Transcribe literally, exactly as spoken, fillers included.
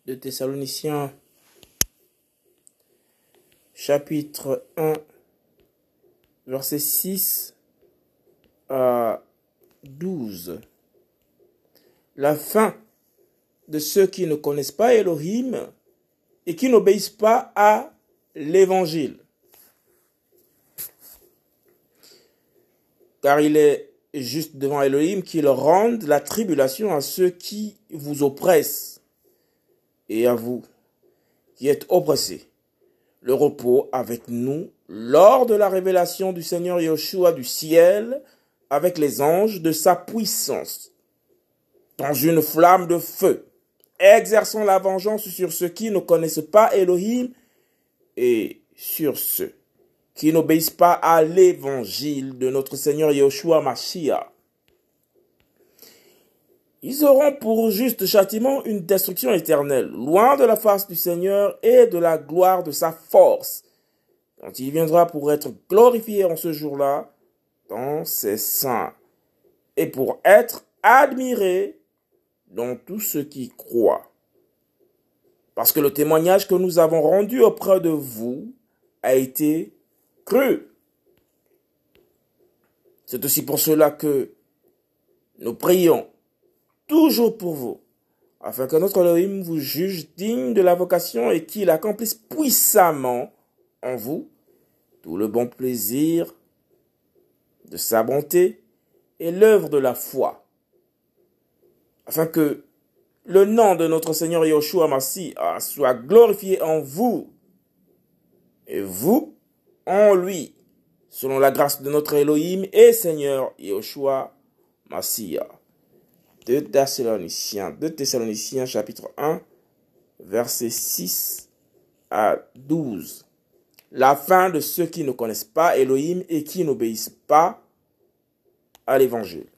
de Thessaloniciens, chapitre un, versets six à douze. La fin de ceux qui ne connaissent pas Elohim et qui n'obéissent pas à l'évangile. Car il est juste devant Elohim qu'il rende la tribulation à ceux qui vous oppressent et à vous qui êtes oppressés, le repos avec nous lors de la révélation du Seigneur Yahushua du ciel avec les anges de sa puissance, dans une flamme de feu, exerçant la vengeance sur ceux qui ne connaissent pas Elohim et sur ceux qui n'obéissent pas à l'évangile de notre Seigneur Yahushua Mashiach. Ils auront pour juste châtiment une destruction éternelle, loin de la face du Seigneur et de la gloire de sa force, quand il viendra pour être glorifié en ce jour-là dans ses saints, et pour être admiré dans tous ceux qui croient. Parce que le témoignage que nous avons rendu auprès de vous a été cru. C'est aussi pour cela que nous prions toujours pour vous, afin que notre Elohim vous juge digne de la vocation et qu'il accomplisse puissamment en vous tout le bon plaisir de sa bonté et l'œuvre de la foi, afin que le nom de notre Seigneur Yahushua Mashiach soit glorifié en vous et vous en lui, selon la grâce de notre Elohim et Seigneur Yahushua Mashiach. deux Thessaloniciens, deux Thessaloniciens chapitre un, versets six à douze. La fin de ceux qui ne connaissent pas Elohim et qui n'obéissent pas à l'évangile.